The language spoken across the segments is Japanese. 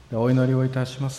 ではお祈りをいたします。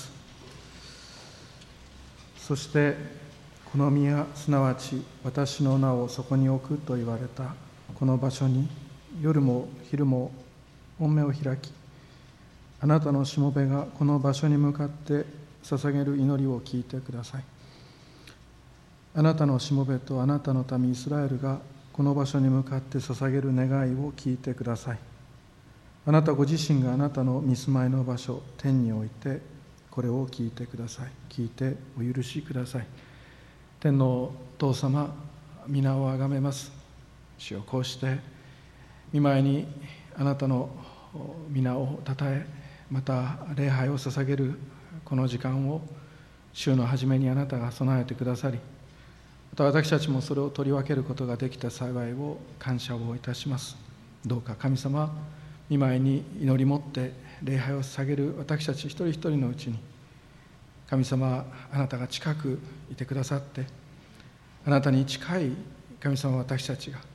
そしてこの宮、すなわち私の名をそこに置くと言われたこの場所に夜も昼も御目を開き、あなたのしもべがこの場所に向かって捧げる祈りを聞いてください。あなたのしもべとあなたの民イスラエルがこの場所に向かって捧げる願いを聞いてください。あなたご自身があなたの御住まいの場所、天においてこれを聞いてください。聞いてお許しください。天のお父様、皆をあがめます。主よ、こうして御前にあなたの皆をたたえ、また礼拝を捧げるこの時間を週の初めにあなたが備えてくださり、また私たちもそれを取り分けることができた幸いを感謝をいたします。どうか神様、御前に祈り持って礼拝を捧げる私たち一人一人のうちに、神様、あなたが近くいてくださって、あなたに近い神様、私たちが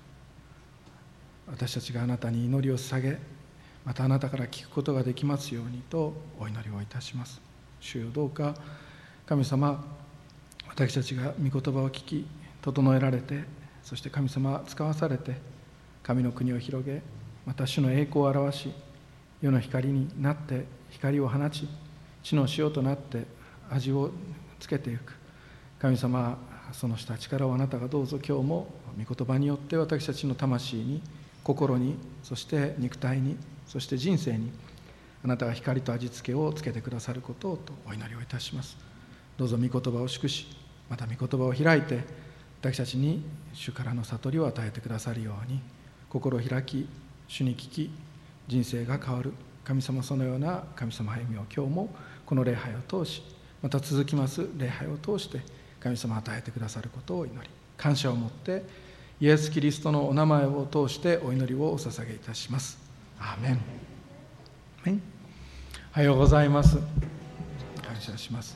あなたに祈りを捧げ、またあなたから聞くことができますようにとお祈りをいたします。主よ、どうか神様、私たちが御言葉を聞き整えられて、そして神様使わされて神の国を広げ、また主の栄光を表し、世の光になって光を放ち、地の塩となって味をつけていく神様、そのした力をあなたがどうぞ今日も御言葉によって私たちの魂に、心に、そして肉体に、そして人生にあなたが光と味付けをつけてくださることをとお祈りをいたします。どうぞ御言葉を祝し、また御言葉を開いて私たちに主からの悟りを与えてくださるように、心を開き主に聞き人生が変わる神様、そのような神様歩みを今日もこの礼拝を通し、また続きます礼拝を通して神様与えてくださることを祈り、感謝を持ってイエス・キリストのお名前を通してお祈りをお捧げいたします。アーメン。おはようございます。感謝します。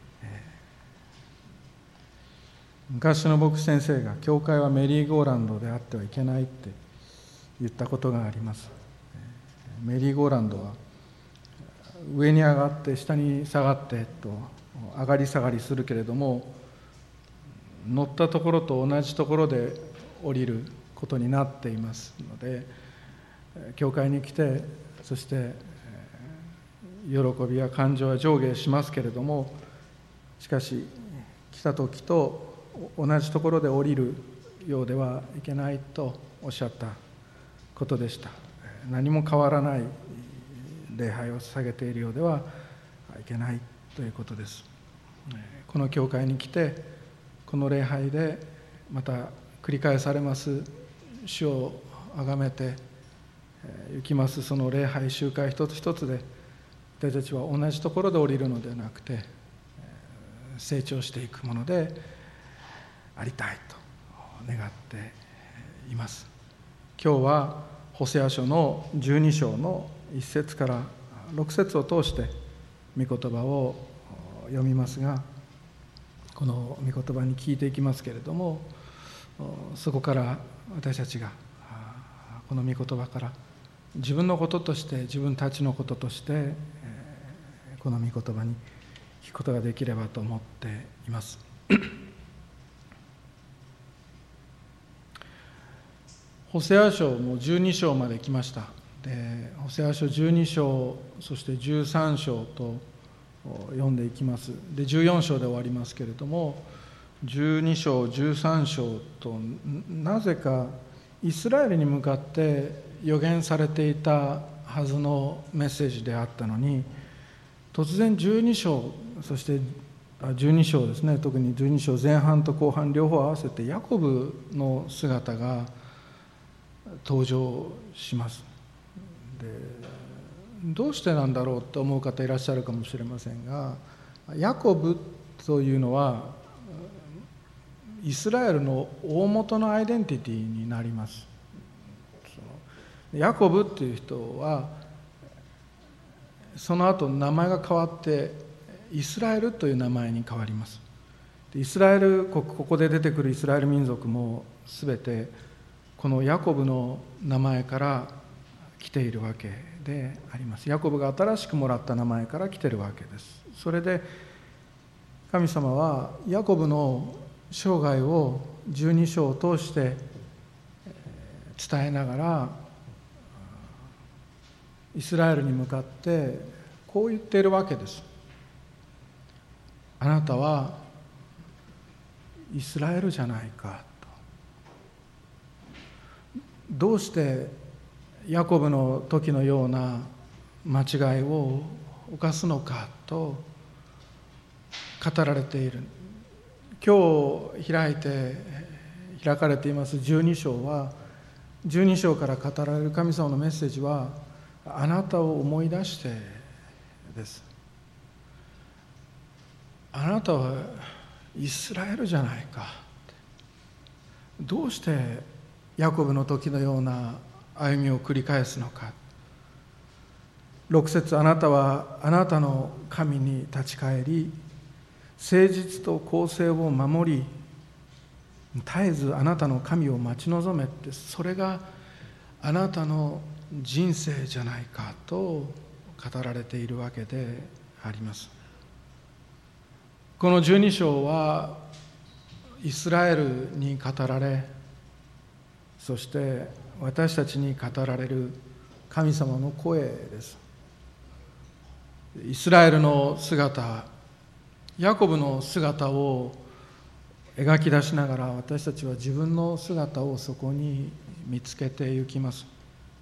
昔の牧師先生が、教会はメリーゴーランドであってはいけないって言ったことがあります。メリーゴーランドは上に上がって下に下がってと上がり下がりするけれども、乗ったところと同じところで降りることになっていますので、教会に来て、そして喜びや感情は上下しますけれども、しかし来た時と同じところで降りるようではいけないとおっしゃったことでした。何も変わらない礼拝を捧げているようではいけないということです。この教会に来て、この礼拝でまた繰り返されます主をあがめて行きますその礼拝集会一つ一つで、私たちは同じところで降りるのではなくて、成長していくものでありたいと願っています。今日はホセア書の12章の1節から6節を通して御言葉を読みますが、この御言葉に聞いていきますけれども、そこから私たちがこの御言葉から自分のこととして、自分たちのこととしてこの御言葉に聞くことができればと思っています。ホセア書も12章まで来ました。で、ホセア書12章、そして13章と読んでいきます。で、14章で終わりますけれども、12章、13章となぜかイスラエルに向かって予言されていたはずのメッセージであったのに、突然12章、そして12章ですね、特に12章前半と後半両方合わせてヤコブの姿が登場します。で、どうしてなんだろうと思う方いらっしゃるかもしれませんが、ヤコブというのはイスラエルの大元のアイデンティティになります。ヤコブっていう人はその後名前が変わってイスラエルという名前に変わります。イスラエル国、ここで出てくるイスラエル民族もすべてこのヤコブの名前から来ているわけであります。ヤコブが新しくもらった名前から来ているわけです。それで神様はヤコブの生涯を12章を通して伝えながらイスラエルに向かってこう言っているわけです。あなたはイスラエルじゃないかと。どうしてヤコブの時のような間違いを犯すのかと語られている。今日開かれています12章は、12章から語られる神様のメッセージは、あなたを思い出してです。あなたはイスラエルじゃないか。どうしてヤコブの時のような歩みを繰り返すのか。6節、あなたはあなたの神に立ち返り、誠実と公正を守り、絶えずあなたの神を待ち望めって、それがあなたの人生じゃないかと語られているわけであります。この12章はイスラエルに語られ、そして私たちに語られる神様の声です。イスラエルの姿、ヤコブの姿を描き出しながら、私たちは自分の姿をそこに見つけていきます。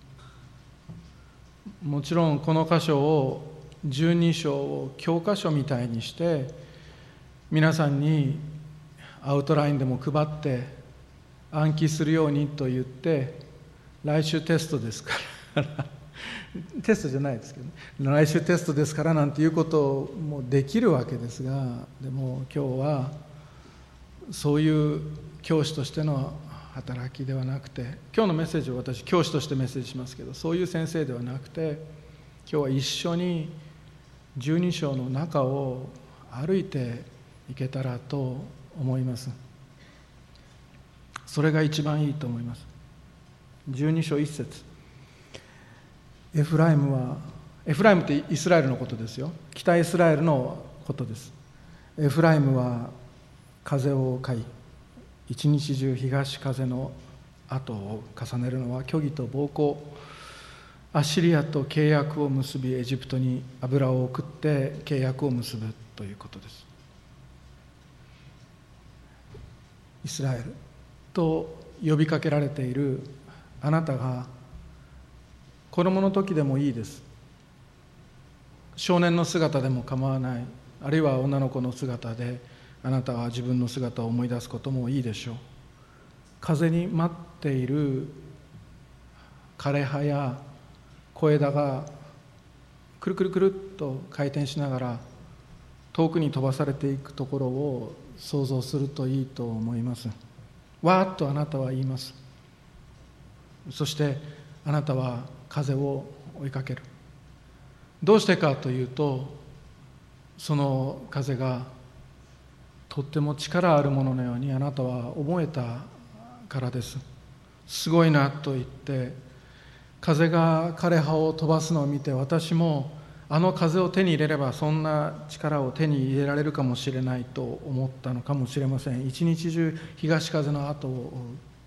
もちろんこの箇所を12章を教科書みたいにして皆さんにアウトラインでも配って暗記するようにと言って、来週テストですからテストじゃないですけどね、来週テストですからなんていうこともできるわけですが、でも今日はそういう教師としての働きではなくて、今日のメッセージを私教師としてメッセージしますけど、そういう先生ではなくて、今日は一緒に12章の中を歩いていけたらと思います。それが一番いいと思います。12章1節、エフライムってイスラエルのことですよ。北イスラエルのことです。エフライムは風を飼い、一日中東風の後を重ねるのは虚偽と暴行、アッシリアと契約を結び、エジプトに油を送って契約を結ぶということです。イスラエルと呼びかけられているあなたが、子供の時でもいいです。少年の姿でも構わない。あるいは女の子の姿であなたは自分の姿を思い出すこともいいでしょう。風に待っている枯葉や小枝がくるくるくるっと回転しながら遠くに飛ばされていくところを想像するといいと思います。わーっとあなたは言います。そしてあなたは風を追いかける。どうしてかというと、その風がとっても力あるもののようにあなたは思えたからです。すごいなと言って、風が枯葉を飛ばすのを見て、私もあの風を手に入れればそんな力を手に入れられるかもしれないと思ったのかもしれません。一日中東風の後を追う。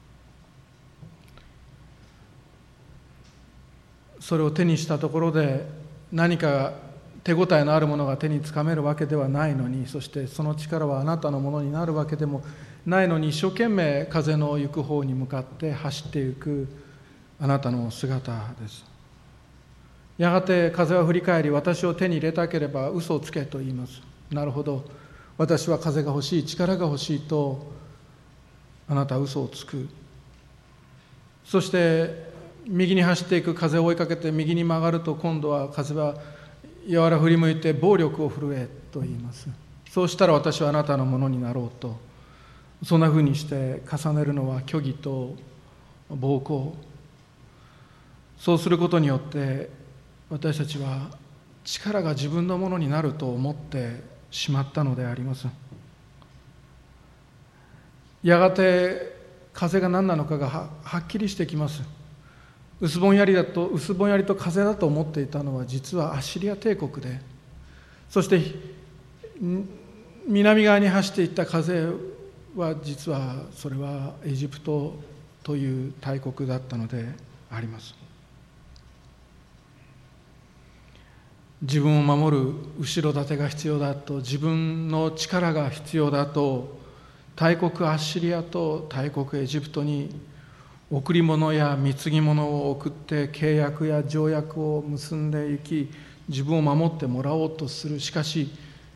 それを手にしたところで何か手応えのあるものが手につかめるわけではないのに、そしてその力はあなたのものになるわけでもないのに、一生懸命風の行く方に向かって走っていくあなたの姿です。やがて風は振り返り、私を手に入れたければ嘘をつけと言います。なるほど、私は風が欲しい、力が欲しいとあなたは嘘をつく。そして右に走っていく風を追いかけて右に曲がると、今度は風は柔ら振り向いて暴力を振るえと言います。そうしたら私はあなたのものになろうと、そんなふうにして重ねるのは虚偽と暴行。そうすることによって私たちは力が自分のものになると思ってしまったのであります。やがて風が何なのかがはっきりしてきます。 薄ぼんやりと風だと思っていたのは実はアッシリア帝国で、そして南側に走っていった風は実はそれはエジプトという大国だったのであります。自分を守る後ろ盾が必要だと、自分の力が必要だと、大国アッシリアと大国エジプトに贈り物や貢ぎ物を送って契約や条約を結んでいき、自分を守ってもらおうとする。しかし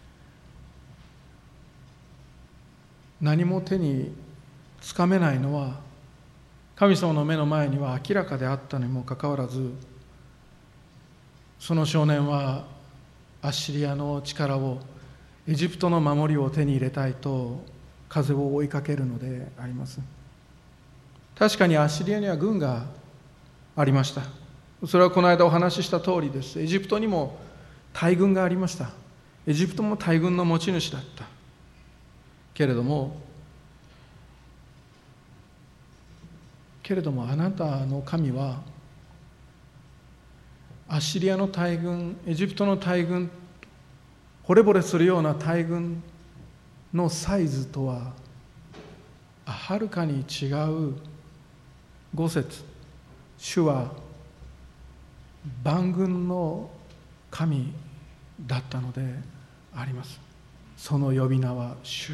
何も手につかめないのは、神様の目の前には明らかであったにもかかわらず、その少年はアッシリアの力を、エジプトの守りを手に入れたいと風を追いかけるのであります。確かにアッシリアには軍がありました。それはこの間お話しした通りです。エジプトにも大軍がありました。エジプトも大軍の持ち主だった。けれどもあなたの神はアッシリアの大軍、エジプトの大軍、惚れ惚れするような大軍のサイズとははるかに違う5節、主は万軍の神だったのであります。その呼び名は主。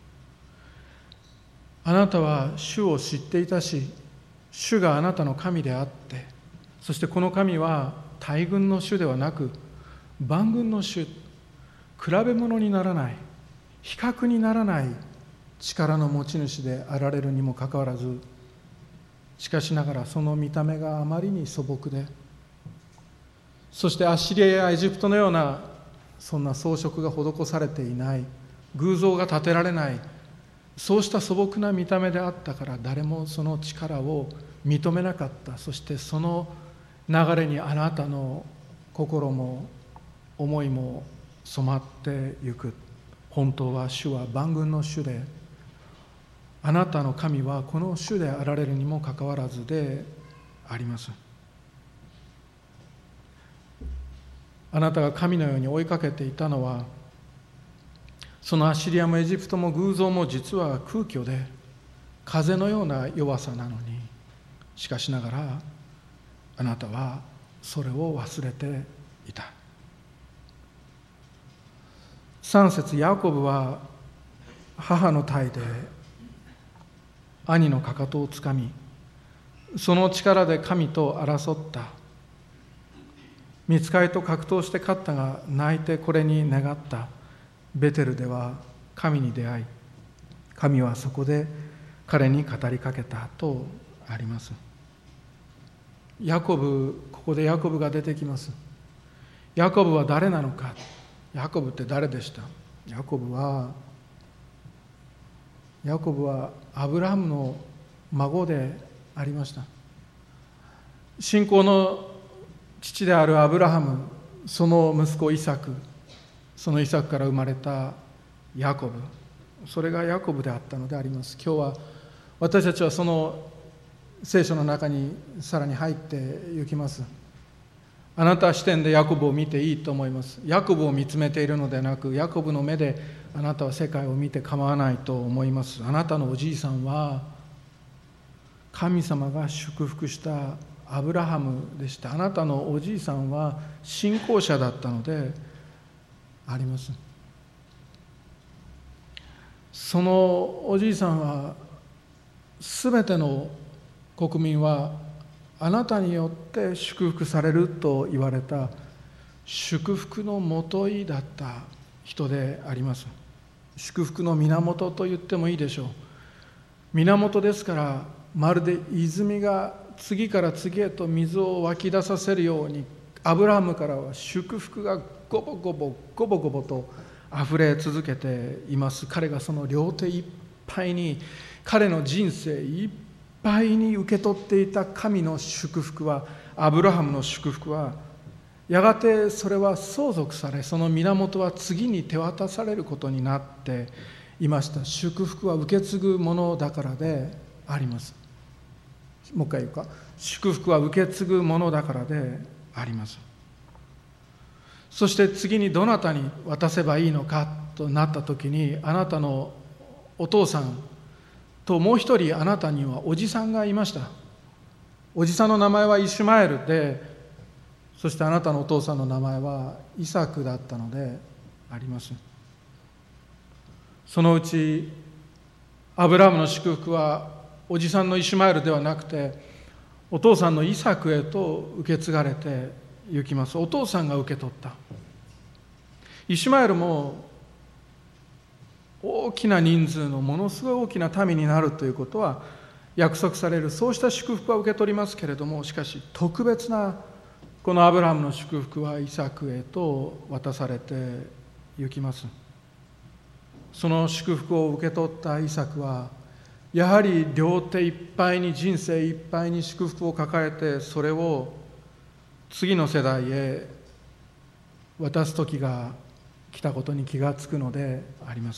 あなたは主を知っていたし、主があなたの神であって、そしてこの神は大軍の主ではなく万軍の主、比べ物にならない、比較にならない力の持ち主であられるにもかかわらず、しかしながらその見た目があまりに素朴で、そしてアッシリアやエジプトのようなそんな装飾が施されていない、偶像が建てられない、そうした素朴な見た目であったから、誰もその力を認めなかった。そしてその流れにあなたの心も思いも染まってゆく。本当は主は万軍の主で、あなたの神はこの主であられるにもかかわらずであります。あなたが神のように追いかけていたのは、そのアッシリアもエジプトも偶像も実は空虚で風のような弱さなのに、しかしながらあなたはそれを忘れていた。3節、ヤコブは母の胎で兄のかかとをつかみ、その力で神と争った。御使いと格闘して勝ったが、泣いてこれに願った。ベテルでは神に出会い、神はそこで彼に語りかけたとあります。ヤコブ、ここでヤコブが出てきます。ヤコブは誰なのか。ヤコブって誰でした？ヤコブはアブラハムの孫でありました。信仰の父であるアブラハム、その息子イサク、そのイサクから生まれたヤコブ、それがヤコブであったのであります。今日は私たちはその聖書の中にさらに入っていきます。あなたは視点でヤコブを見ていいと思います。ヤコブを見つめているのではなく、ヤコブの目であなたは世界を見て構わないと思います。あなたのおじいさんは神様が祝福したアブラハムでした。あなたのおじいさんは信仰者だったのであります。そのおじいさんは、すべての国民はあなたによって祝福されると言われた祝福のもといだった人であります。祝福の源と言ってもいいでしょう。源ですから、まるで泉が次から次へと水を湧き出させるように、アブラハムからは祝福がゴボゴボとあふれ続けています。彼がその両手いっぱいに、彼の人生いっぱいに受け取っていた神の祝福は、アブラハムの祝福は、やがてそれは相続され、その源は次に手渡されることになっていました。祝福は受け継ぐものだからであります。 もう一回言うか、祝福は受け継ぐものだからであります。そして次にどなたに渡せばいいのかとなった時に、あなたのお父さんともう一人あなたにはおじさんがいました。おじさんの名前はイシュマエルで、そしてあなたのお父さんの名前はイサクだったのであります。そのうちアブラハムの祝福はおじさんのイシュマエルではなくて、お父さんのイサクへと受け継がれて行きます。お父さんが受け取った。イシュマエルも大きな人数のものすごい大きな民になるということは約束される、そうした祝福は受け取りますけれども、しかし特別なこのアブラハムの祝福はイサクへと渡されて行きます。その祝福を受け取ったイサクはやはり両手いっぱいに、人生いっぱいに祝福を抱えて、それを次の世代へ渡す時が来たことに気がつくのであります。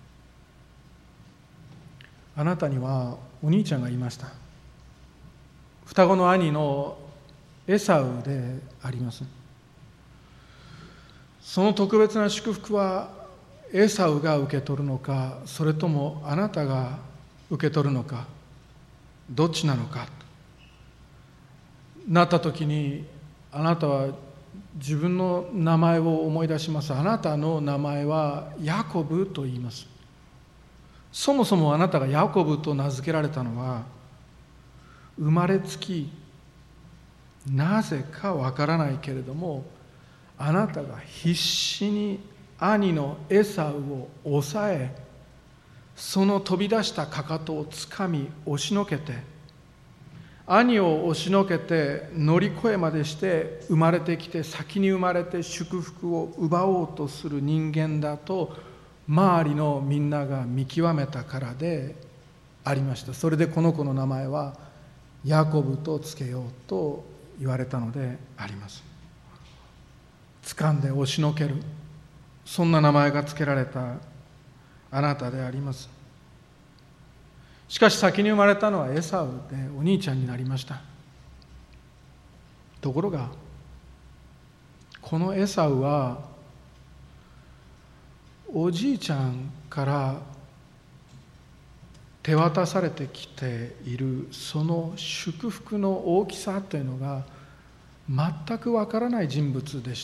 あなたにはお兄ちゃんがいました。双子の兄のエサウであります。その特別な祝福はエサウが受け取るのか、それともあなたが受け取るのか、どっちなのかなった時に、あなたは自分の名前を思い出します。あなたの名前はヤコブと言います。そもそもあなたがヤコブと名付けられたのは、生まれつきなぜかわからないけれども、あなたが必死に兄のエサウを抑え、その飛び出したかかとをつかみ押しのけて、兄を押しのけて乗り越えまでして生まれてきて、先に生まれて祝福を奪おうとする人間だと周りのみんなが見極めたからでありました。それでこの子の名前はヤコブとつけようと言われたのであります。掴んで押しのける、そんな名前がつけられたあなたであります。しかし先に生まれたのはエサウでお兄ちゃんになりました。ところがこのエサウはおじいちゃんから手渡されてきているその祝福の大きさというのが全くわからない人物でした。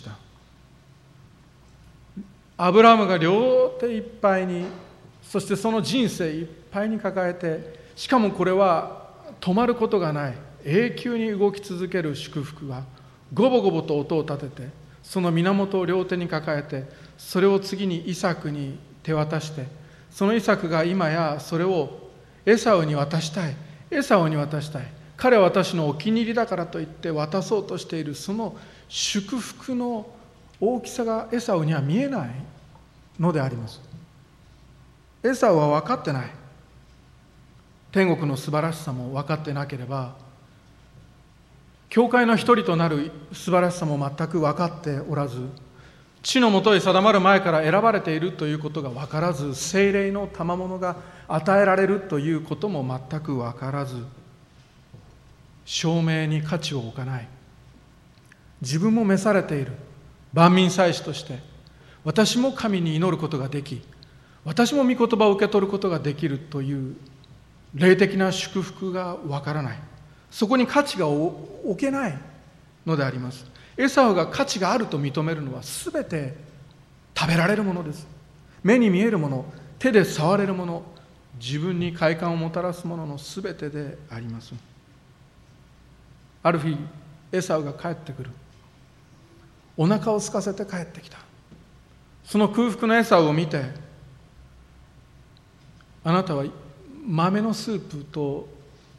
アブラハムが両手いっぱいに、そしてその人生いっぱいに抱えて、しかもこれは止まることがない、永久に動き続ける祝福がゴボゴボと音を立てて、その源を両手に抱えて、それを次にイサクに手渡して、そのイサクが今やそれをエサウに渡したい、エサウに渡したい、彼は私のお気に入りだからと言って渡そうとしているその祝福の大きさがエサウには見えないのであります。エサウは分かってない。天国の素晴らしさも分かってなければ、教会の一人となる素晴らしさも全く分かっておらず、地のもとへ定まる前から選ばれているということが分からず、聖霊の賜物が与えられるということも全く分からず、証明に価値を置かない、自分も召されている万民祭司として私も神に祈ることができ、私も御言葉を受け取ることができるという霊的な祝福がわからない、そこに価値が置けないのであります。エサウが価値があると認めるのはすべて食べられるものです。目に見えるもの、手で触れるもの、自分に快感をもたらすもののすべてであります。ある日エサウが帰ってくる。お腹を空かせて帰ってきた。その空腹のエサウを見て、あなたは豆のスープと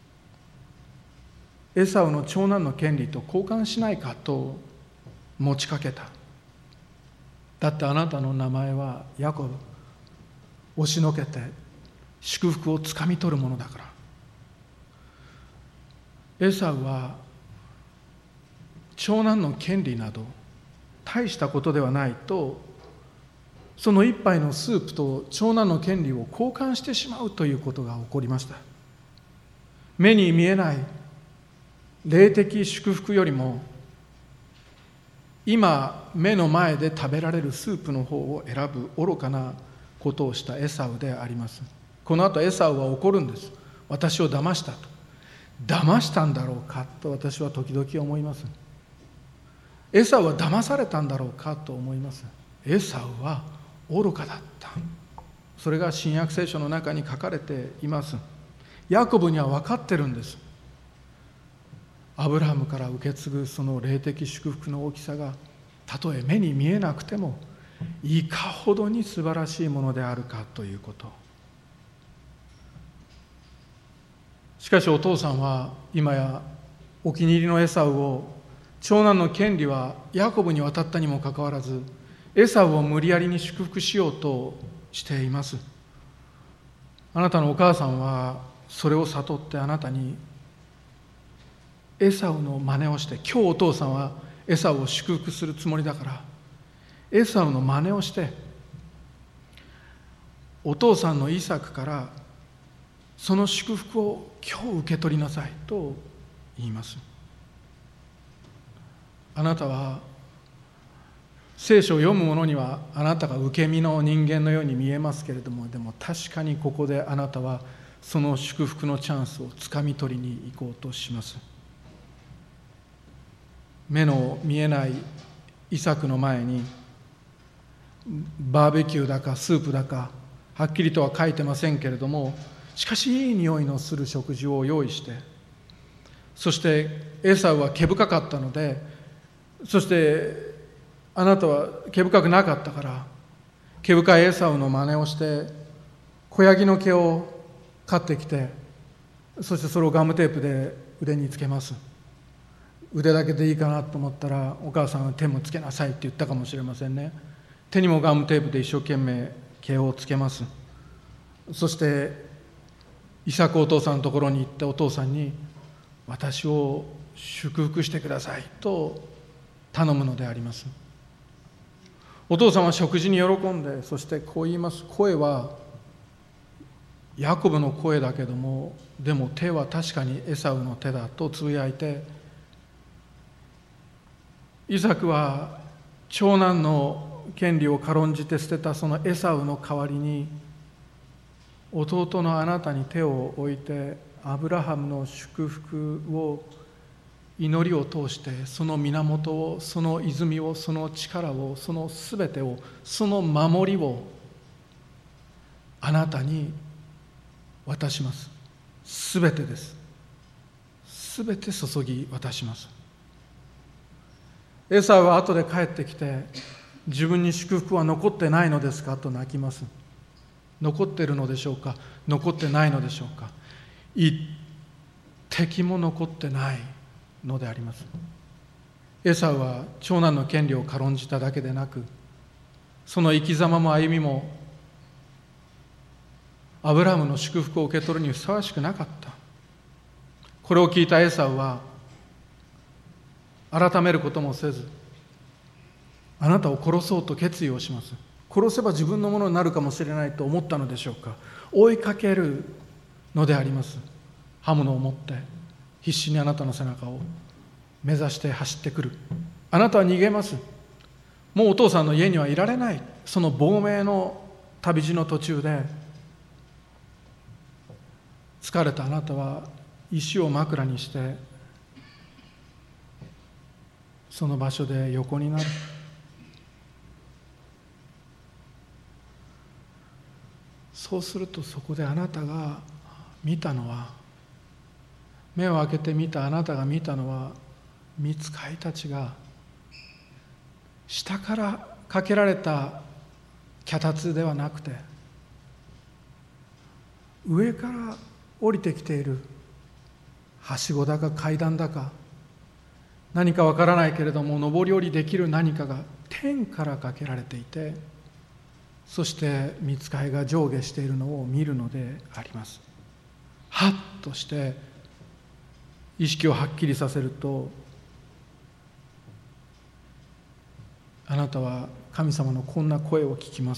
エサウの長男の権利と交換しないかと持ちかけた。だってあなたの名前はヤコブ、押しのけて祝福をつかみ取るものだから。エサウは長男の権利など大したことではないと、その一杯のスープと長男の権利を交換してしまうということが起こりました。目に見えない霊的祝福よりも今目の前で食べられるスープの方を選ぶ愚かなことをしたエサウであります。この後エサウは怒るんです。私を騙したと。騙したんだろうかと私は時々思います。エサウは騙されたんだろうかと思います。エサウは愚かだった。それが新約聖書の中に書かれています。ヤコブには分かってるんです。アブラハムから受け継ぐその霊的祝福の大きさが、たとえ目に見えなくてもいかほどに素晴らしいものであるかということ。しかしお父さんは今やお気に入りのエサウを、長男の権利はヤコブに渡ったにもかかわらず、エサウを無理やりに祝福しようとしています。あなたのお母さんはそれを悟ってあなたにエサウの真似をして、今日お父さんはエサウを祝福するつもりだからエサウの真似をしてお父さんのイサクからその祝福を今日受け取りなさいと言います。あなたは聖書を読む者にはあなたが受け身の人間のように見えますけれども、でも確かにここであなたはその祝福のチャンスをつかみ取りに行こうとします。目の見えないイサクの前にバーベキューだかスープだかはっきりとは書いてませんけれども、しかしいい匂いのする食事を用意して、そしてエサウは毛深かったので、そしてあなたは毛深くなかったから毛深いエサウの真似をして子ヤギの毛を買ってきて、そしてそれをガムテープで腕につけます。腕だけでいいかなと思ったらお母さんは手もつけなさいって言ったかもしれませんね。手にもガムテープで一生懸命毛をつけます。そしてイサクお父さんのところに行ってお父さんに私を祝福してくださいと頼むのであります。お父さんは食事に喜んで、そしてこう言います。声はヤコブの声だけども、でも手は確かにエサウの手だとつぶやいて、イサクは長男の権利を軽んじて捨てたそのエサウの代わりに、弟のあなたに手を置いてアブラハムの祝福を、祈りを通してその源を、その泉を、その力を、そのすべてを、その守りをあなたに渡します。すべてです。すべて注ぎ渡します。エサウは後で帰ってきて、自分に祝福は残ってないのですかと泣きます。残っているのでしょうか、残ってないのでしょうか。一滴も残ってないのであります。エサウは長男の権利を軽んじただけでなく、その生き様も歩みもアブラハムの祝福を受け取るにふさわしくなかった。これを聞いたエサウは改めることもせず、あなたを殺そうと決意をします。殺せば自分のものになるかもしれないと思ったのでしょうか。追いかけるのであります。刃物を持って必死にあなたの背中を目指して走ってくる。あなたは逃げます。もうお父さんの家にはいられない。その亡命の旅路の途中で疲れたあなたは石を枕にしてその場所で横になる。そうするとそこであなたが見たのは、目を開けて見たあなたが見たのは、御使いたちが下からかけられた脚立ではなくて、上から降りてきているはしごだか階段だか何かわからないけれども、上り下りできる何かが天からかけられていて、そして御使いが上下しているのを見るのであります。はっとして意識をはっきりさせると、あなたは神様のこんな声を聞きます。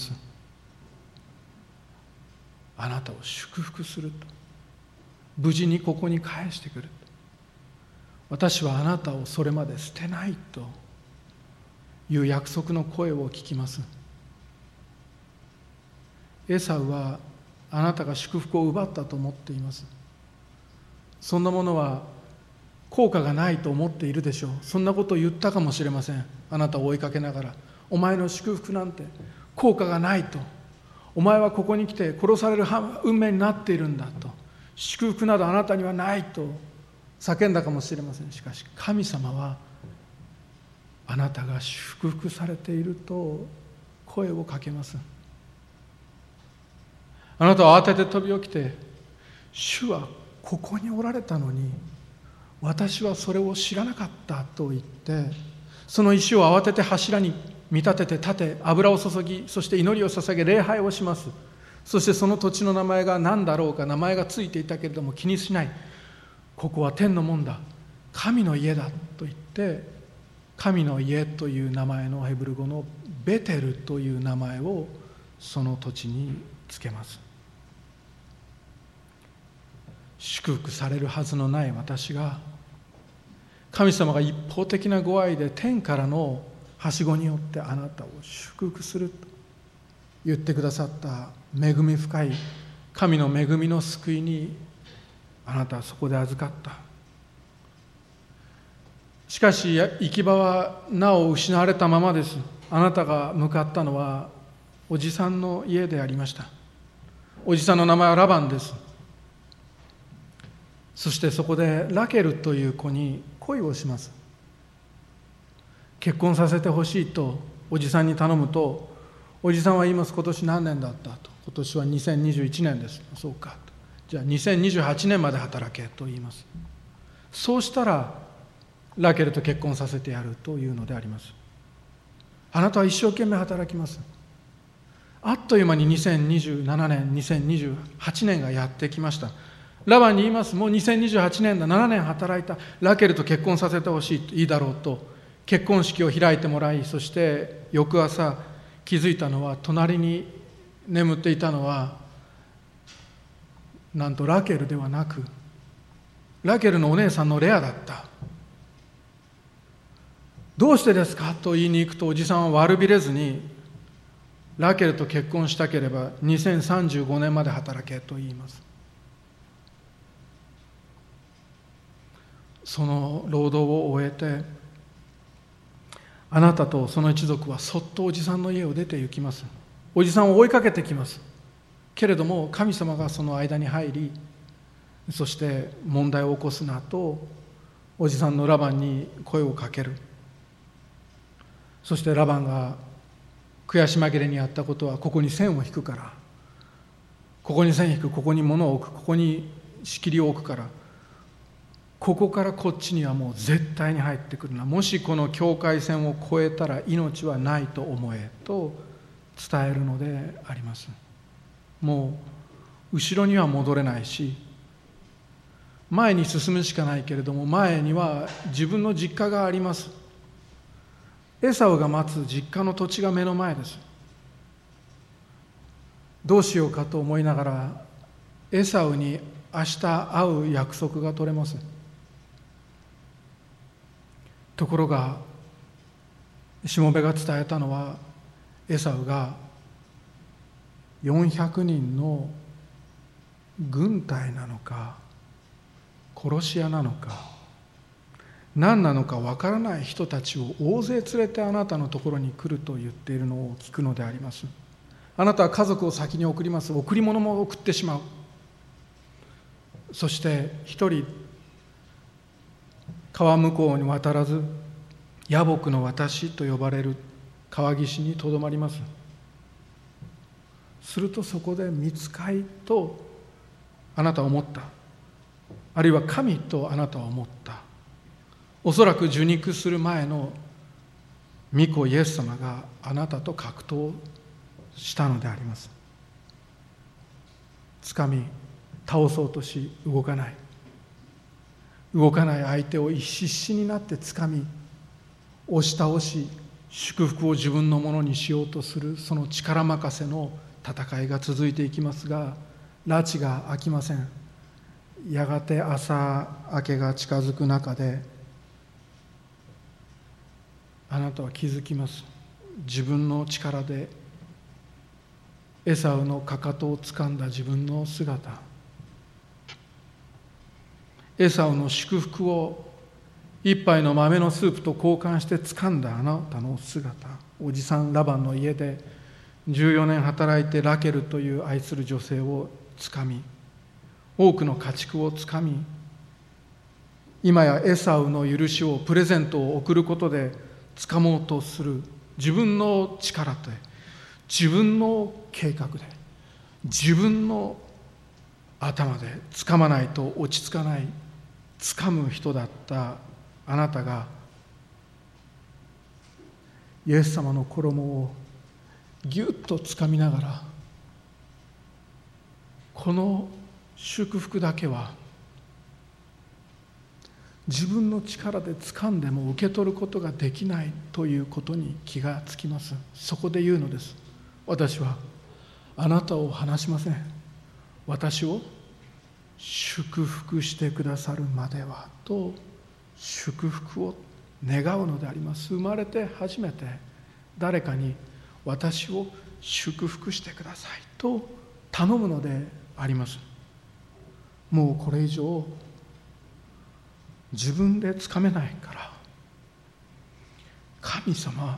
あなたを祝福すると。無事にここに返してくる。 私はあなたをそれまで捨てないという約束の声を聞きます。エサウはあなたが祝福を奪ったと思っています。そんなものは効果がないと思っているでしょう。そんなことを言ったかもしれません。あなたを追いかけながら、お前の祝福なんて効果がないと、お前はここに来て殺される運命になっているんだと、祝福などあなたにはないと叫んだかもしれません。しかし神様はあなたが祝福されていると声をかけます。あなたは慌てて飛び起きて、主はここにおられたのに私はそれを知らなかったと言って、その石を慌てて柱に見立てて立て、油を注ぎ、そして祈りを捧げ礼拝をします。そしてその土地の名前が何だろうか、名前がついていたけれども気にしない、ここは天の門だ、神の家だと言って、神の家という名前のヘブル語のベテルという名前をその土地につけます。祝福されるはずのない私が、神様が一方的なご愛で天からのはしごによってあなたを祝福すると言ってくださった恵み深い神の恵みの救いにあなたはそこで預かった。しかし行き場はなお失われたままです。あなたが向かったのはおじさんの家でありました。おじさんの名前はラバンです。そしてそこでラケルという子に恋をします。結婚させてほしいとおじさんに頼むと、おじさんは言います。今年何年だったと。今年は2021年です。そうかと。じゃあ2028年まで働けと言います。そうしたらラケルと結婚させてやるというのであります。あなたは一生懸命働きます。あっという間に2027年2028年がやってきました。ラバンに言います。もう2028年だ、7年働いた、ラケルと結婚させてほしいと、いいだろうと結婚式を開いてもらい、そして翌朝気づいたのは、隣に眠っていたのはなんとラケルではなく、ラケルのお姉さんのレアだった。どうしてですかと言いに行くと、おじさんは悪びれずに、ラケルと結婚したければ2035年まで働けと言います。その労働を終えて、あなたとその一族はそっとおじさんの家を出て行きます。おじさんを追いかけてきます。けれども神様がその間に入り、そして問題を起こすなとおじさんのラバンに声をかける。そしてラバンが悔し紛れにやったことは、ここに線を引くから、ここに線引く、ここに物を置く、ここに仕切りを置くから、ここからこっちにはもう絶対に入ってくるな、もしこの境界線を越えたら命はないと思えと伝えるのであります。もう後ろには戻れないし、前に進むしかないけれども、前には自分の実家があります。エサウが待つ実家の土地が目の前です。どうしようかと思いながら、エサウに明日会う約束が取れます。ところがしもべが伝えたのは、エサウが400人の軍隊なのか殺し屋なのか何なのかわからない人たちを大勢連れてあなたのところに来ると言っているのを聞くのであります。あなたは家族を先に送ります。贈り物も送ってしまう。そして一人川向こうに渡らず、野木の私と呼ばれる川岸にとどまります。するとそこで御使いとあなたは思った。あるいは神とあなたは思った。おそらく受肉する前の御子イエス様があなたと格闘したのであります。つかみ倒そうとし動かない相手を必死になってつかみ押し倒し、祝福を自分のものにしようとする、その力任せの戦いが続いていきますが、拉致が明きません。やがて朝明けが近づく中であなたは気づきます。自分の力でエサウのかかとをつかんだ自分の姿、エサウの祝福を一杯の豆のスープと交換してつかんだあなたの姿、おじさんラバンの家で14年働いてラケルという愛する女性をつかみ、多くの家畜をつかみ、今やエサウの許しをプレゼントを送ることでつかもうとする自分の力で、自分の計画で、自分の頭でつかまないと落ち着かない、つかむ人だったあなたが、イエス様の衣をぎゅっとつかみながら、この祝福だけは自分の力でつかんでも受け取ることができないということに気がつきます。そこで言うのです。私はあなたを離しません。私を祝福してくださるまではと祝福を願うのであります。生まれて初めて誰かに私を祝福してくださいと頼むのであります。もうこれ以上自分でつかめないから、神様、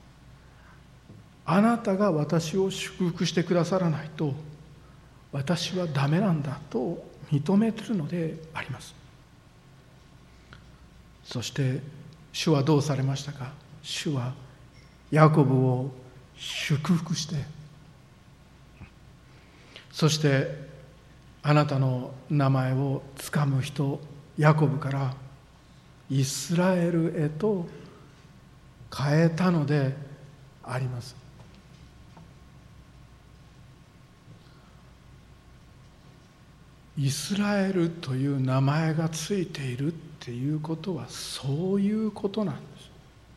あなたが私を祝福してくださらないと私はダメなんだと認めているのであります。そして主はどうされましたか。主はヤコブを祝福して、そしてあなたの名前をつかむ人ヤコブからイスラエルへと変えたのであります。イスラエルという名前がついているっていうことはそういうことなんです。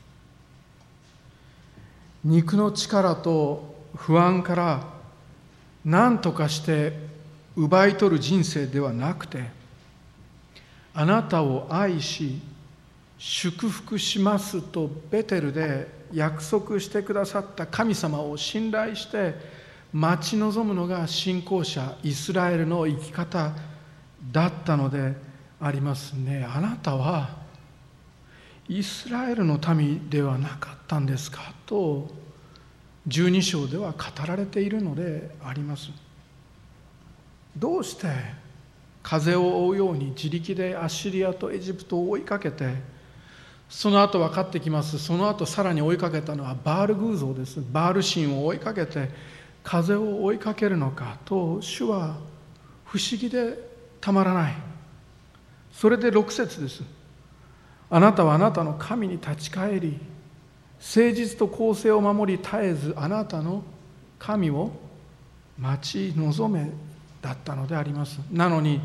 肉の力と不安から何とかして奪い取る人生ではなくて、あなたを愛し祝福しますとベテルで約束してくださった神様を信頼して待ち望むのが信仰者イスラエルの生き方だったのでありますね。あなたはイスラエルの民ではなかったんですかと12章では語られているのであります。どうして風を追うように自力でアッシリアとエジプトを追いかけて、その後分かってきます。その後さらに追いかけたのはバール偶像です。バール神を追いかけて風を追いかけるのかと主は不思議でたまらない。それで6節です。あなたはあなたの神に立ち返り、誠実と公正を守り絶えずあなたの神を待ち望めだったのであります。なのに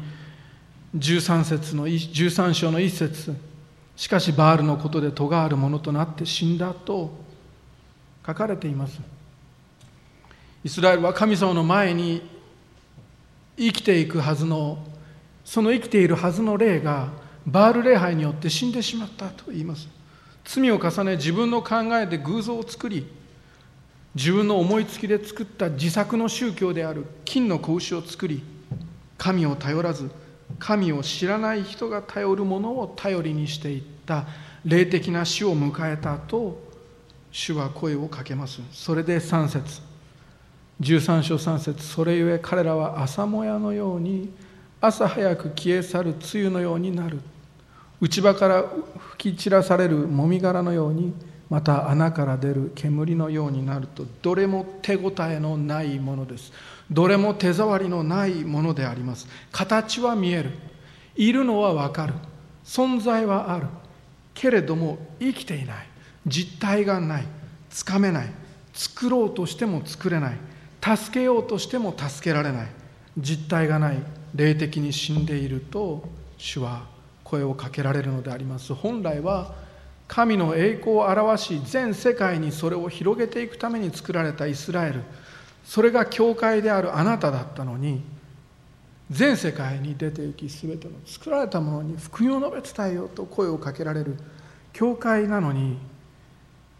13章の1節、しかしバールのことで咎あるものとなって死んだと書かれています。イスラエルは神様の前に生きていくはずの、その生きているはずの霊がバール礼拝によって死んでしまったと言います。罪を重ね自分の考えで偶像を作り、自分の思いつきで作った自作の宗教である金の子牛を作り、神を頼らず神を知らない人が頼るものを頼りにしていった霊的な死を迎えたと主は声をかけます。それで3節、13章3節、それゆえ彼らは朝もやのように朝早く消え去る露のようになる。内場から吹き散らされるもみ殻のように、また穴から出る煙のようになると、どれも手応えのないものです。どれも手触りのないものであります。形は見える、いるのはわかる、存在はあるけれども生きていない、実体がない、つかめない、作ろうとしても作れない、助けようとしても助けられない、実体がない、霊的に死んでいると主は声をかけられるのであります。本来は神の栄光を表し全世界にそれを広げていくために作られたイスラエル、それが教会であるあなただったのに、全世界に出て行き全ての作られたものに福音を述べ伝えようと声をかけられる教会なのに、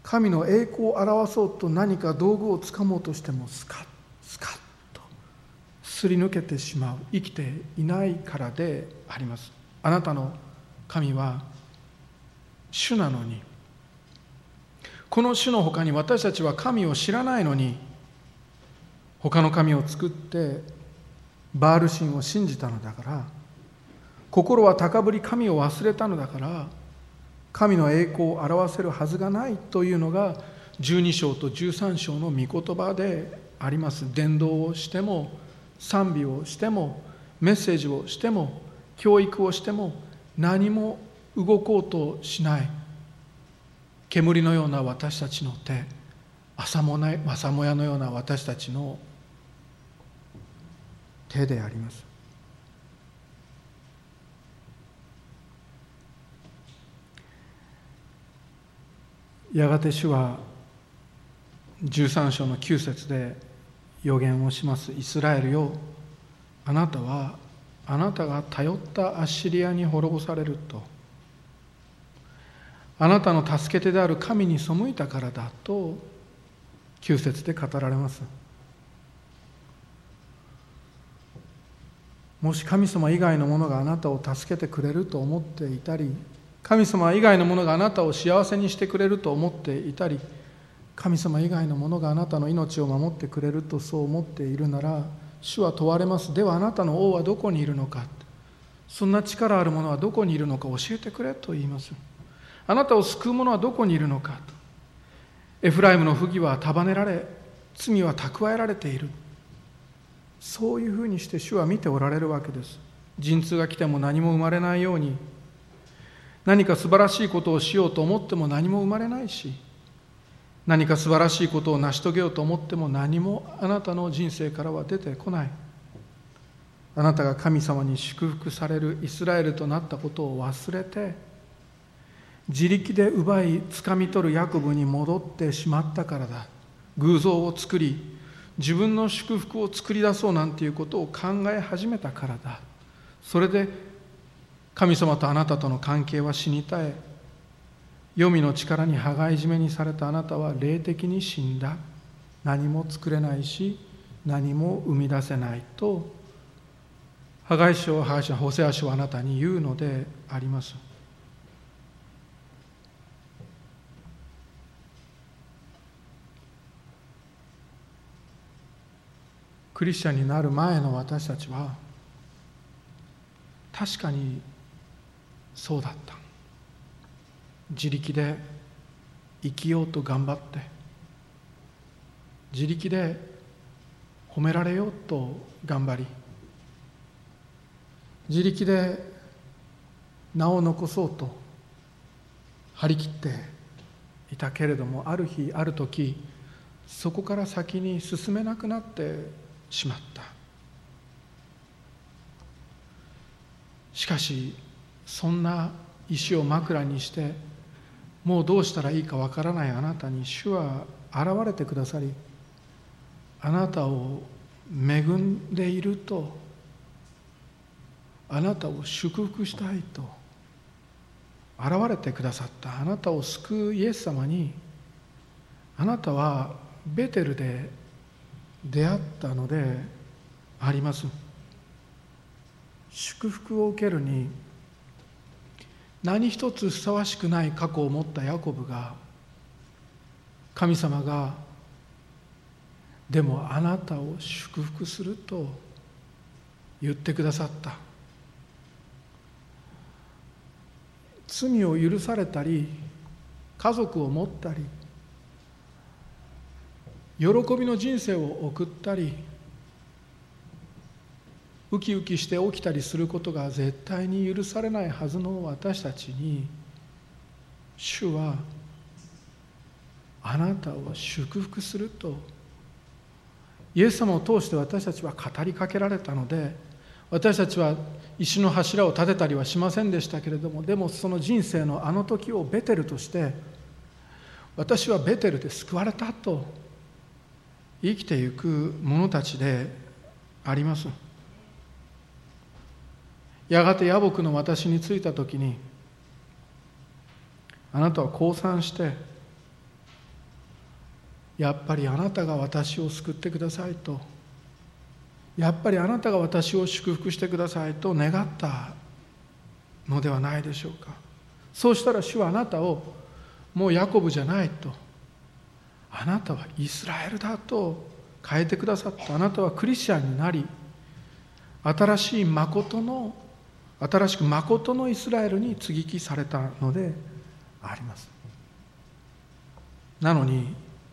神の栄光を表そうと何か道具をつかもうとしてもスカッスカッとすり抜けてしまう、生きていないからであります。あなたの神は主なのに、この主の他に私たちは神を知らないのに、他の神を作ってバール神を信じたのだから、心は高ぶり神を忘れたのだから、神の栄光を表せるはずがないというのが12章と13章の御言葉であります。伝道をしても、賛美をしても、メッセージをしても、教育をしても、何も動こうとしない、煙のような私たちの手、朝もやのような私たちの手であります。やがて主は13章の9節で予言をします。イスラエルよ、あなたはあなたが頼ったアッシリアに滅ぼされると、あなたの助け手である神に背いたからだと9節で語られます。もし神様以外のものがあなたを助けてくれると思っていたり、神様以外のものがあなたを幸せにしてくれると思っていたり、神様以外のものがあなたの命を守ってくれるとそう思っているなら、主は問われます。ではあなたの王はどこにいるのか、そんな力あるものはどこにいるのか教えてくれと言います。あなたを救う者はどこにいるのかと。エフライムの不義は束ねられ、罪は蓄えられている。そういうふうにして主は見ておられるわけです。陣痛が来ても何も生まれないように、何か素晴らしいことをしようと思っても何も生まれないし、何か素晴らしいことを成し遂げようと思っても何もあなたの人生からは出てこない。あなたが神様に祝福されるイスラエルとなったことを忘れて、自力で奪い掴み取るヤコブに戻ってしまったからだ。偶像を作り、自分の祝福を作り出そうなんていうことを考え始めたからだ。それで神様とあなたとの関係は死に絶え、黄泉の力に羽交い締めにされたあなたは霊的に死んだ。何も作れないし何も生み出せないとハガイ書ホセア書はあなたに言うのであります。クリスチャンになる前の私たちは確かにそうだった。自力で生きようと頑張って、自力で褒められようと頑張り、自力で名を残そうと張り切っていたけれども、ある日ある時そこから先に進めなくなってしまった。しかしそんな石を枕にしてもうどうしたらいいかわからないあなたに主は現れてくださり、あなたを恵んでいると、あなたを祝福したいと現れてくださった。あなたを救うイエス様にあなたはベテルで出会ったのであります。祝福を受けるに何一つふさわしくない過去を持ったヤコブが、神様がでもあなたを祝福すると言ってくださった。罪を許されたり、家族を持ったり、喜びの人生を送ったり、ウキウキして起きたりすることが絶対に許されないはずの私たちに、主はあなたを祝福するとイエス様を通して私たちは語りかけられたので、私たちは石の柱を立てたりはしませんでしたけれども、でもその人生のあの時をベテルとして、私はベテルで救われたと生きていく者たちであります。やがて野木の私に着いた時に、あなたは降参してやっぱりあなたが私を救ってくださいと、やっぱりあなたが私を祝福してくださいと願ったのではないでしょうか。そうしたら主はあなたをもうヤコブじゃないと、あなたはイスラエルだと変えてくださった。あなたはクリスチャンになり、新しく誠のイスラエルに接ぎ木されたのであります。なのに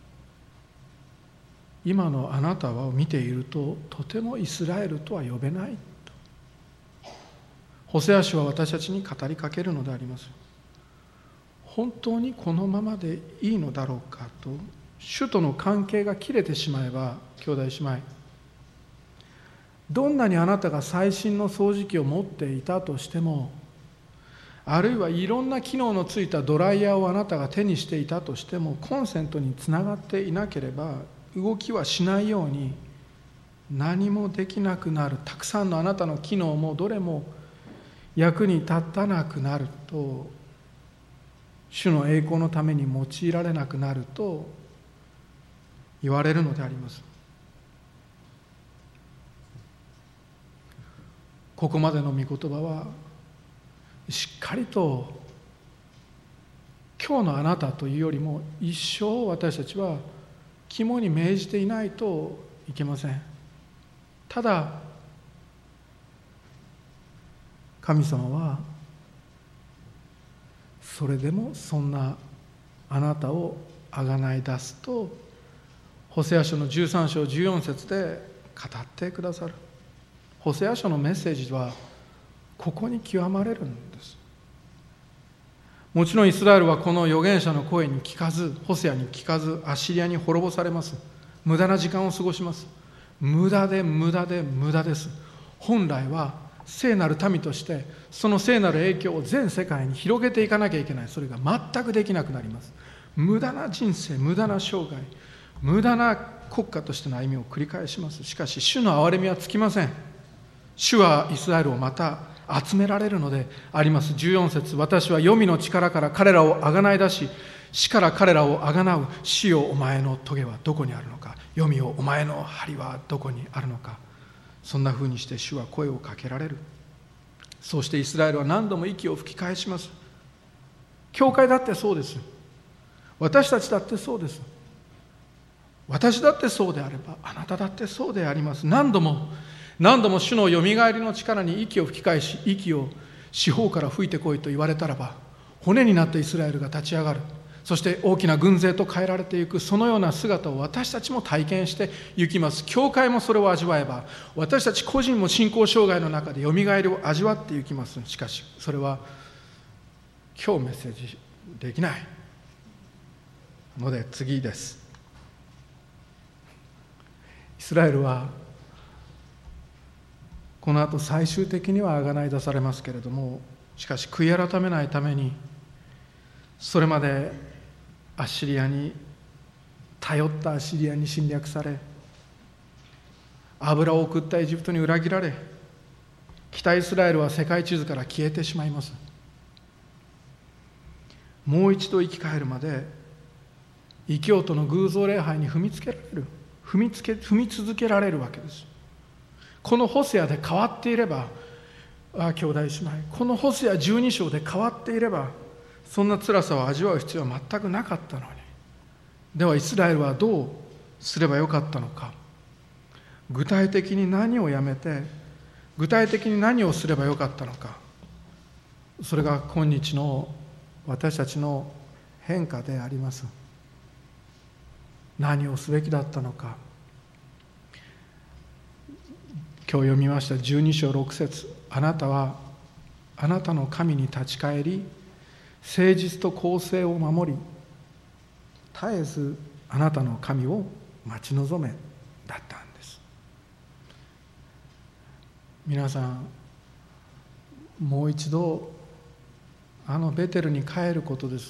今のあなたを見ていると、とてもイスラエルとは呼べないとホセア書は私たちに語りかけるのであります。本当にこのままでいいのだろうかと。主との関係が切れてしまえば、兄弟姉妹、どんなにあなたが最新の掃除機を持っていたとしても、あるいはいろんな機能のついたドライヤーをあなたが手にしていたとしても、コンセントにつながっていなければ動きはしないように何もできなくなる。たくさんのあなたの機能もどれも役に立たなくなると、主の栄光のために用いられなくなると言われるのであります。ここまでの御言葉はしっかりと今日のあなたというよりも一生私たちは肝に銘じていないといけません。ただ神様はそれでもそんなあなたをあがない出すと、ホセア書の13章14節で語ってくださる。ホセア書のメッセージはここに極まれるんです。もちろんイスラエルはこの預言者の声に聞かず、ホセアに聞かず、アッシリアに滅ぼされます。無駄な時間を過ごします。無駄で無駄で無駄です。本来は聖なる民としてその聖なる影響を全世界に広げていかなきゃいけない。それが全くできなくなります。無駄な人生、無駄な生涯、無駄な国家としての歩みを繰り返します。しかし主の憐れみは尽きません。主はイスラエルをまた集められるのであります。14節、私は黄泉の力から彼らをあがない出し、死から彼らをあがなう。死よ、お前の棘はどこにあるのか。黄泉よ、お前の針はどこにあるのか。そんなふうにして主は声をかけられる。そうしてイスラエルは何度も息を吹き返します。教会だってそうです。私たちだってそうです。私だってそうであれば、あなただってそうであります。何度も主のよみがえりの力に息を吹き返し、息を四方から吹いてこいと言われたらば、骨になったイスラエルが立ち上がる。そして大きな軍勢と変えられていく、そのような姿を私たちも体験していきます。教会もそれを味わえば、私たち個人も信仰障害の中でよみがえりを味わっていきます。しかしそれは今日メッセージできないので、次です。イスラエルはこの後最終的には贖い出されますけれども、しかし悔い改めないために、それまでアッシリアに頼ったアッシリアに侵略され、油を送ったエジプトに裏切られ、北イスラエルは世界地図から消えてしまいます。もう一度生き返るまで異教徒の偶像礼拝に踏み続けられるわけです。このホセアで変わっていれば、兄弟姉妹、このホセア12章で変わっていれば、そんな辛さを味わう必要は全くなかったのに。ではイスラエルはどうすればよかったのか。具体的に何をやめて、具体的に何をすればよかったのか。それが今日の私たちの変化であります。何をすべきだったのか。今日読みました12章6節、あなたはあなたの神に立ち返り、誠実と公正を守り、絶えずあなたの神を待ち望めだったんです。皆さん、もう一度あのベテルに帰ることです。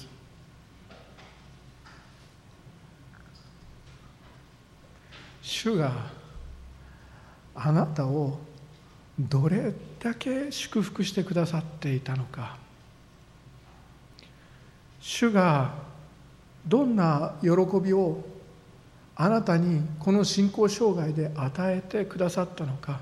主があなたをどれだけ祝福してくださっていたのか、主がどんな喜びをあなたにこの信仰障害で与えてくださったのか、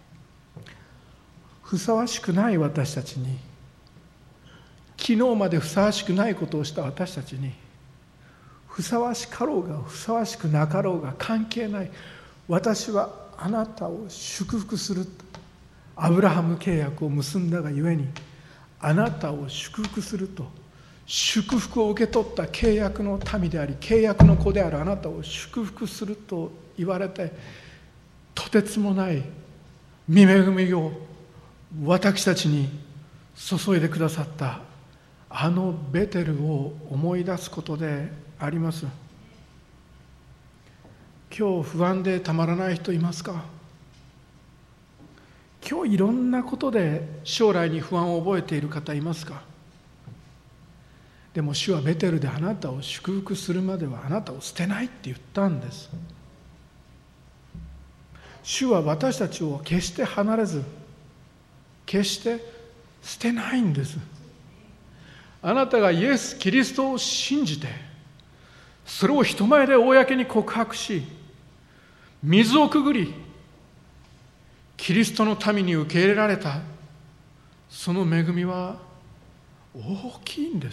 ふさわしくない私たちに、昨日までふさわしくないことをした私たちに、ふさわしかろうがふさわしくなかろうが関係ない、私はあなたを祝福する。アブラハム契約を結んだがゆえに、あなたを祝福すると、祝福を受け取った契約の民であり、契約の子であるあなたを祝福すると言われて、とてつもない御恵みを私たちに注いでくださったあのベテルを思い出すことであります。今日不安でたまらない人いますか？今日いろんなことで将来に不安を覚えている方いますか？でも主はベテルであなたを祝福するまではあなたを捨てないって言ったんです。主は私たちを決して離れず、決して捨てないんです。あなたがイエス・キリストを信じて、それを人前で公に告白し、水をくぐり、キリストの民に受け入れられた、その恵みは大きいんです。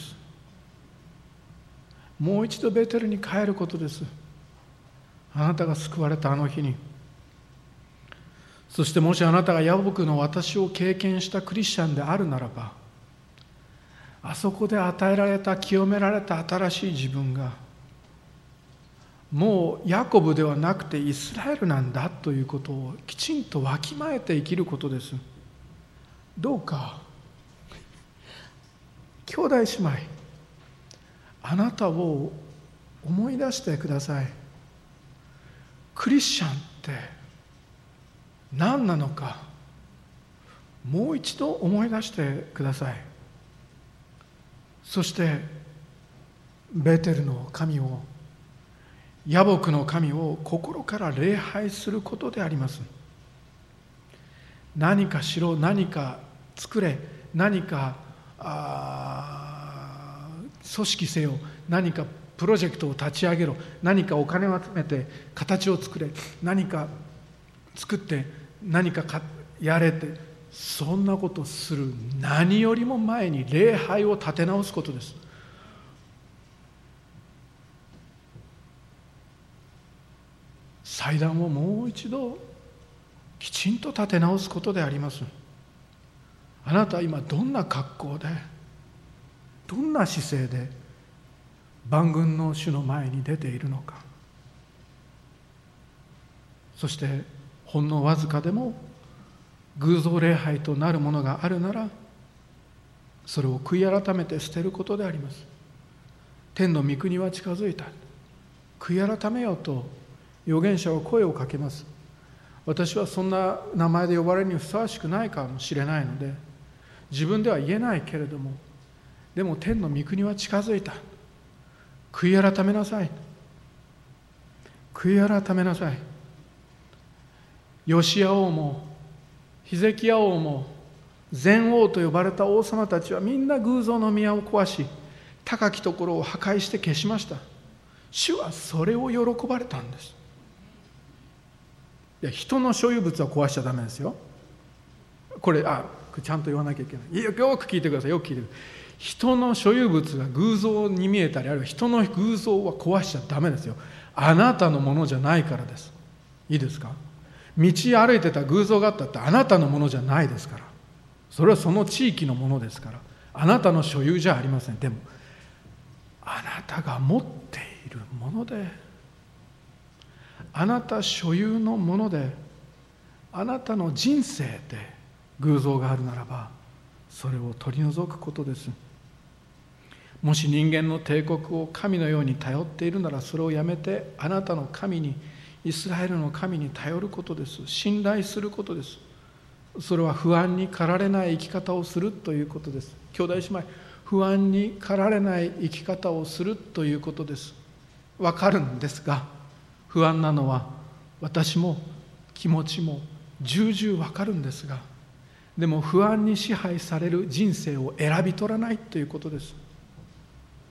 もう一度ベテルに帰ることです。あなたが救われたあの日に。そしてもしあなたがヤボクの私を経験したクリスチャンであるならば、あそこで与えられた、清められた新しい自分が、もうヤコブではなくてイスラエルなんだということをきちんとわきまえて生きることです。どうか兄弟姉妹、あなたを思い出してください。クリスチャンって何なのか、もう一度思い出してください。そしてベテルの神を、ヤボクの神を心から礼拝することであります。何かしろ、何か作れ、何か組織せよ、何かプロジェクトを立ち上げろ、何かお金を集めて形を作れ、何か作って何かやれって、そんなことする何よりも前に礼拝を立て直すことです。祭壇をもう一度きちんと立て直すことであります。あなたは今どんな格好で、どんな姿勢で万軍の主の前に出ているのか。そしてほんのわずかでも偶像礼拝となるものがあるなら、それを悔い改めて捨てることであります。天の御国は近づいた。悔い改めようと預言者は声をかけます。私はそんな名前で呼ばれるにふさわしくないかもしれないので、自分では言えないけれども、でも天の御国は近づいた。悔い改めなさい。悔い改めなさい。ヨシア王もヒゼキヤ王も全王と呼ばれた王様たちはみんな偶像の宮を壊し、高きところを破壊して消しました。主はそれを喜ばれたんです。いや、人の所有物は壊しちゃダメですよ。これちゃんと言わなきゃいけない。よく聞いてください。よく聞いてください。人の所有物が偶像に見えたり、あるいは人の偶像は壊しちゃダメですよ。あなたのものじゃないからです。いいですか？道歩いてた偶像があったってあなたのものじゃないですから。それはその地域のものですから、あなたの所有じゃありません。でもあなたが持っているもので、あなた所有のもので、あなたの人生で偶像があるならば、それを取り除くことです。もし人間の帝国を神のように頼っているなら、それをやめてあなたの神に、イスラエルの神に頼ることです。信頼することです。それは不安に駆られない生き方をするということです。兄弟姉妹、不安に駆られない生き方をするということです。わかるんですが、不安なのは私も気持ちも重々わかるんですが、でも不安に支配される人生を選び取らないということです。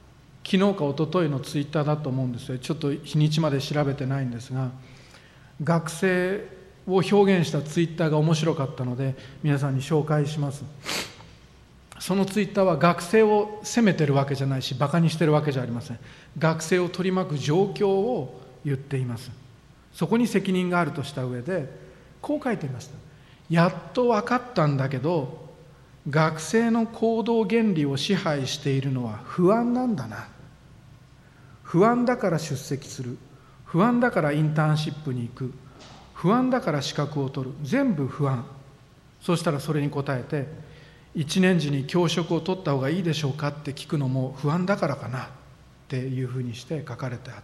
昨日か一昨日のツイッターだと思うんですよ。ちょっと日にちまで調べてないんですが、学生を表現したツイッターが面白かったので皆さんに紹介します。そのツイッターは学生を責めてるわけじゃないし、バカにしてるわけじゃありません。学生を取り巻く状況を言っています。そこに責任があるとした上でこう書いていました。やっと分かったんだけど、学生の行動原理を支配しているのは不安なんだな。不安だから出席する、不安だからインターンシップに行く、不安だから資格を取る、全部不安。そうしたらそれに答えて、一年時に教職を取った方がいいでしょうかって聞くのも不安だからかなっていうふうにして書かれてあった。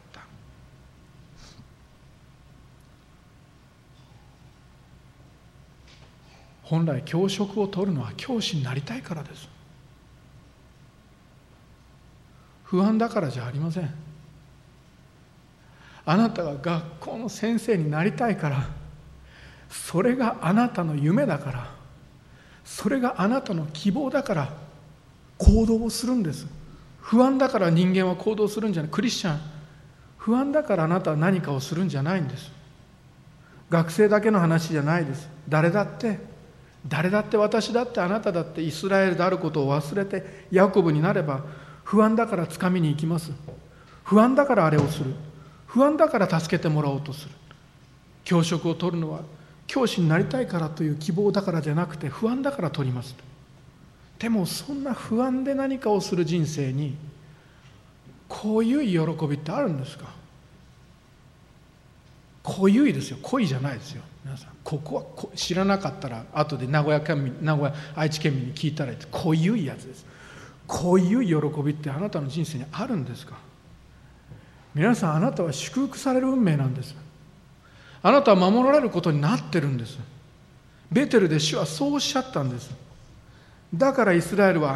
本来教職を取るのは教師になりたいからです。不安だからじゃありません。あなたが学校の先生になりたいから、それがあなたの夢だから、それがあなたの希望だから行動をするんです。不安だから人間は行動するんじゃない。クリスチャン、不安だからあなたは何かをするんじゃないんです。学生だけの話じゃないです。誰だって私だってあなただってイスラエルであることを忘れてヤコブになれば、不安だから掴みに行きます。不安だからあれをする。不安だから助けてもらおうとする。教職を取るのは教師になりたいからという希望だからじゃなくて、不安だから取ります。でもそんな不安で何かをする人生にこういう喜びってあるんですか？濃ゆいですよ。濃いじゃないですよ。皆さんここは知らなかったら後で愛知県民に聞いたらいいです。濃ゆいやつです。濃ゆい喜びってあなたの人生にあるんですか？皆さん、あなたは祝福される運命なんです。あなたは守られることになってるんです。ベテルで主はそうおっしゃったんです。だからイスラエルは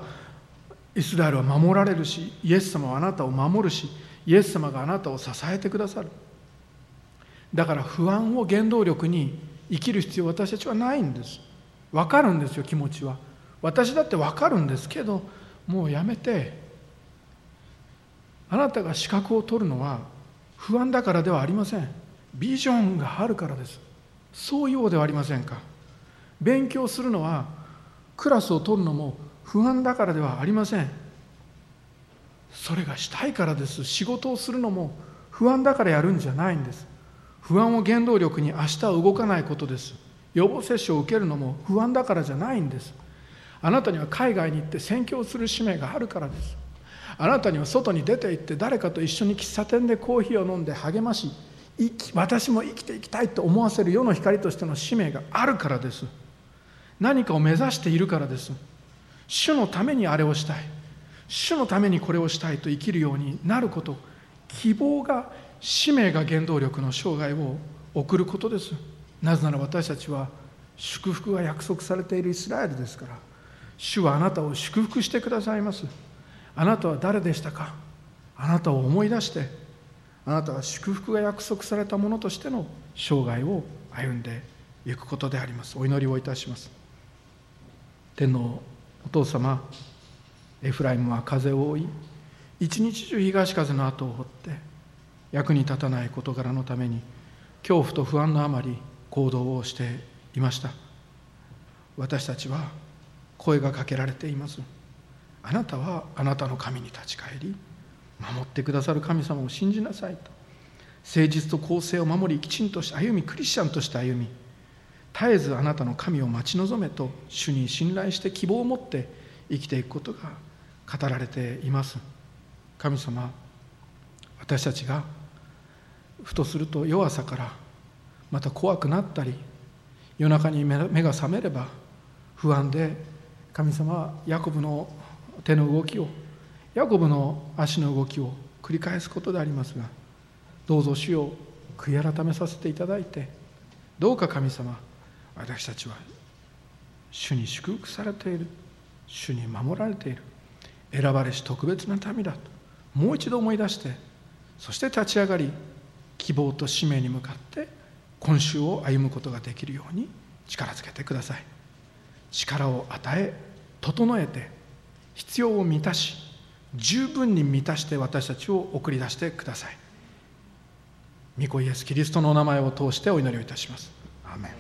守られるし、イエス様はあなたを守るし、イエス様があなたを支えてくださる。だから不安を原動力に生きる必要は私たちはないんです。分かるんですよ、気持ちは。私だって分かるんですけど、もうやめて。あなたが資格を取るのは不安だからではありません。ビジョンがあるからです。そういうようではありませんか。勉強するのは、クラスを取るのも不安だからではありません。それがしたいからです。仕事をするのも不安だからやるんじゃないんです。不安を原動力に明日は動かないことです。予防接種を受けるのも不安だからじゃないんです。あなたには海外に行って宣教する使命があるからです。あなたには外に出て行って誰かと一緒に喫茶店でコーヒーを飲んで励まし、私も生きていきたいと思わせる世の光としての使命があるからです。何かを目指しているからです。主のためにあれをしたい、主のためにこれをしたいと生きるようになること、希望が、使命が原動力の生涯を送ることです。なぜなら私たちは祝福が約束されているイスラエルですから。主はあなたを祝福してくださいます。あなたは誰でしたか？あなたを思い出して、あなたは祝福が約束されたものとしての生涯を歩んでいくことであります。お祈りをいたします。天のお父様、エフライムは風を追い、一日中東風の後を追って役に立たない事柄のために恐怖と不安のあまり行動をしていました。私たちは声がかけられています。あなたはあなたの神に立ち返り、守ってくださる神様を信じなさいと。誠実と公正を守り、きちんとして歩み、クリスチャンとして歩み、絶えずあなたの神を待ち望めと主に信頼して希望を持って生きていくことが語られています。神様、私たちがふとすると弱さからまた怖くなったり、夜中に目が覚めれば不安で、神様はヤコブの手の動きを、ヤコブの足の動きを繰り返すことでありますが、どうぞ主を悔い改めさせていただいて、どうか神様、私たちは主に祝福されている、主に守られている、選ばれし特別な民だともう一度思い出して、そして立ち上がり、希望と使命に向かって今週を歩むことができるように力づけてください。力を与え、整えて、必要を満たし、 十分に満たして私たちを送り出してください。御子イエス・キリストのお名前を通してお祈りをいたします。アーメン。